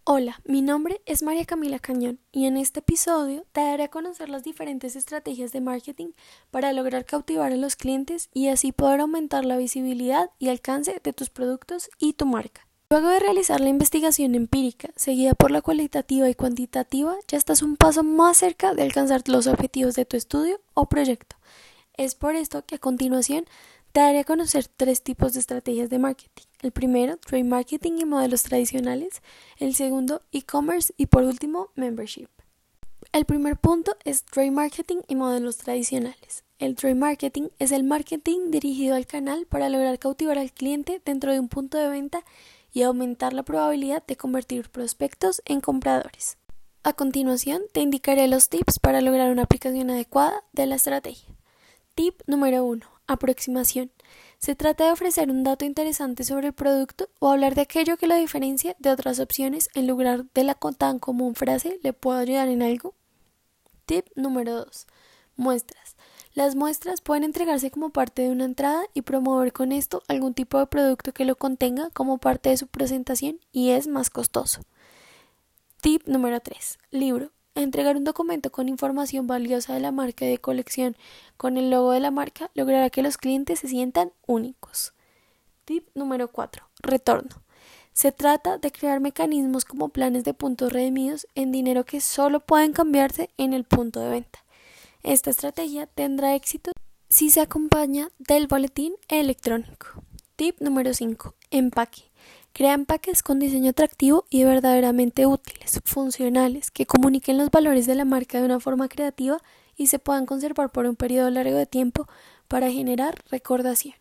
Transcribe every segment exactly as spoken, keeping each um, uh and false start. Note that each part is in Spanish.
Hola, mi nombre es María Camila Cañón y en este episodio te daré a conocer las diferentes estrategias de marketing para lograr cautivar a los clientes y así poder aumentar la visibilidad y alcance de tus productos y tu marca. Luego de realizar la investigación empírica, seguida por la cualitativa y cuantitativa, ya estás un paso más cerca de alcanzar los objetivos de tu estudio o proyecto. Es por esto que a continuación te daré a conocer tres tipos de estrategias de marketing. El primero, trade marketing y modelos tradicionales. El segundo, e-commerce y por último, membership. El primer punto es trade marketing y modelos tradicionales. El trade marketing es el marketing dirigido al canal para lograr cautivar al cliente dentro de un punto de venta y aumentar la probabilidad de convertir prospectos en compradores. A continuación, te indicaré los tips para lograr una aplicación adecuada de la estrategia. Tip número uno. Aproximación. Se trata de ofrecer un dato interesante sobre el producto o hablar de aquello que lo diferencia de otras opciones en lugar de la tan común frase ¿le puedo ayudar en algo? Tip número dos. Muestras. Las muestras pueden entregarse como parte de una entrada y promover con esto algún tipo de producto que lo contenga como parte de su presentación y es más costoso. Tip número tres. Libro. Entregar un documento con información valiosa de la marca y de colección con el logo de la marca logrará que los clientes se sientan únicos. Tip número cuatro. Retorno. Se trata de crear mecanismos como planes de puntos redimidos en dinero que solo pueden cambiarse en el punto de venta. Esta estrategia tendrá éxito si se acompaña del boletín electrónico. Tip número cinco. Empaque. Crea empaques con diseño atractivo y verdaderamente útiles, funcionales, que comuniquen los valores de la marca de una forma creativa y se puedan conservar por un periodo largo de tiempo para generar recordación.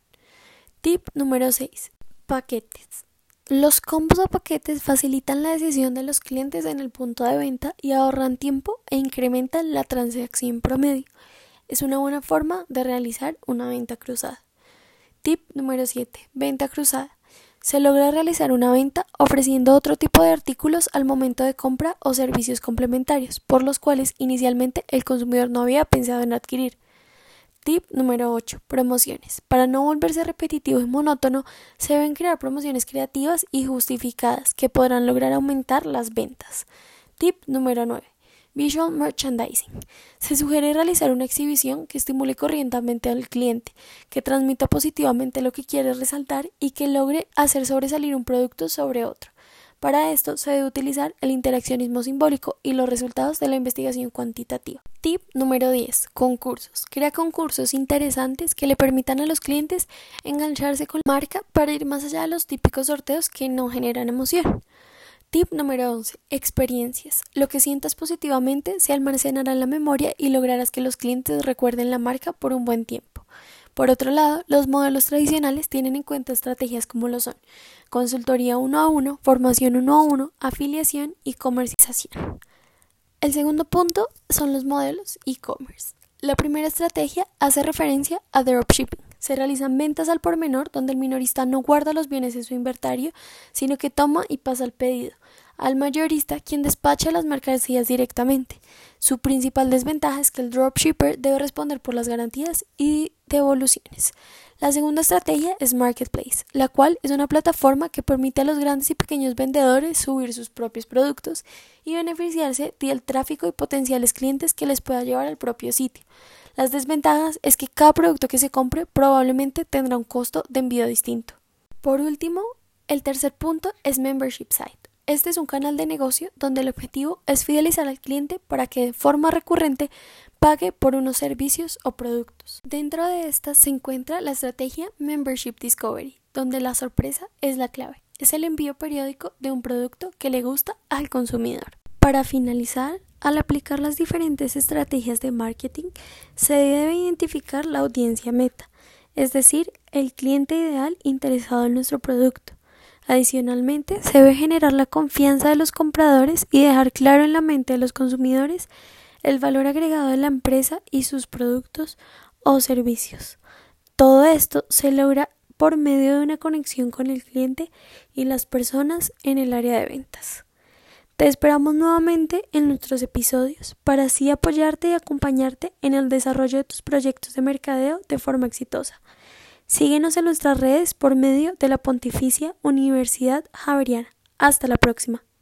Tip número seis. Paquetes. Los combos o paquetes facilitan la decisión de los clientes en el punto de venta y ahorran tiempo e incrementan la transacción promedio. Es una buena forma de realizar una venta cruzada. Tip número siete. Venta cruzada. Se logra realizar una venta ofreciendo otro tipo de artículos al momento de compra o servicios complementarios, por los cuales inicialmente el consumidor no había pensado en adquirir. Tip número ocho. Promociones. Para no volverse repetitivo y monótono, se deben crear promociones creativas y justificadas que podrán lograr aumentar las ventas. Tip número nueve. Visual Merchandising. Se sugiere realizar una exhibición que estimule corrientemente al cliente, que transmita positivamente lo que quiere resaltar y que logre hacer sobresalir un producto sobre otro. Para esto se debe utilizar el interaccionismo simbólico y los resultados de la investigación cuantitativa. Tip número diez. Concursos. Crea concursos interesantes que le permitan a los clientes engancharse con la marca para ir más allá de los típicos sorteos que no generan emoción. Tip número once. Experiencias. Lo que sientas positivamente se almacenará en la memoria y lograrás que los clientes recuerden la marca por un buen tiempo. Por otro lado, los modelos tradicionales tienen en cuenta estrategias como lo son consultoría uno a uno, formación uno a uno, afiliación y comercialización. El segundo punto son los modelos e-commerce. La primera estrategia hace referencia a dropshipping. Se realizan ventas al por menor donde el minorista no guarda los bienes en su inventario, sino que toma y pasa el pedido al mayorista, quien despacha las mercancías directamente. Su principal desventaja es que el dropshipper debe responder por las garantías y devoluciones. La segunda estrategia es Marketplace, la cual es una plataforma que permite a los grandes y pequeños vendedores subir sus propios productos y beneficiarse del tráfico y potenciales clientes que les pueda llevar al propio sitio. Las desventajas es que cada producto que se compre probablemente tendrá un costo de envío distinto. Por último, el tercer punto es Membership Site. Este es un canal de negocio donde el objetivo es fidelizar al cliente para que de forma recurrente pague por unos servicios o productos. Dentro de esta se encuentra la estrategia Membership Discovery, donde la sorpresa es la clave. Es el envío periódico de un producto que le gusta al consumidor. Para finalizar, al aplicar las diferentes estrategias de marketing, se debe identificar la audiencia meta, es decir, el cliente ideal interesado en nuestro producto. Adicionalmente, se debe generar la confianza de los compradores y dejar claro en la mente de los consumidores el valor agregado de la empresa y sus productos o servicios. Todo esto se logra por medio de una conexión con el cliente y las personas en el área de ventas. Te esperamos nuevamente en nuestros episodios para así apoyarte y acompañarte en el desarrollo de tus proyectos de mercadeo de forma exitosa. Síguenos en nuestras redes por medio de la Pontificia Universidad Javeriana. Hasta la próxima.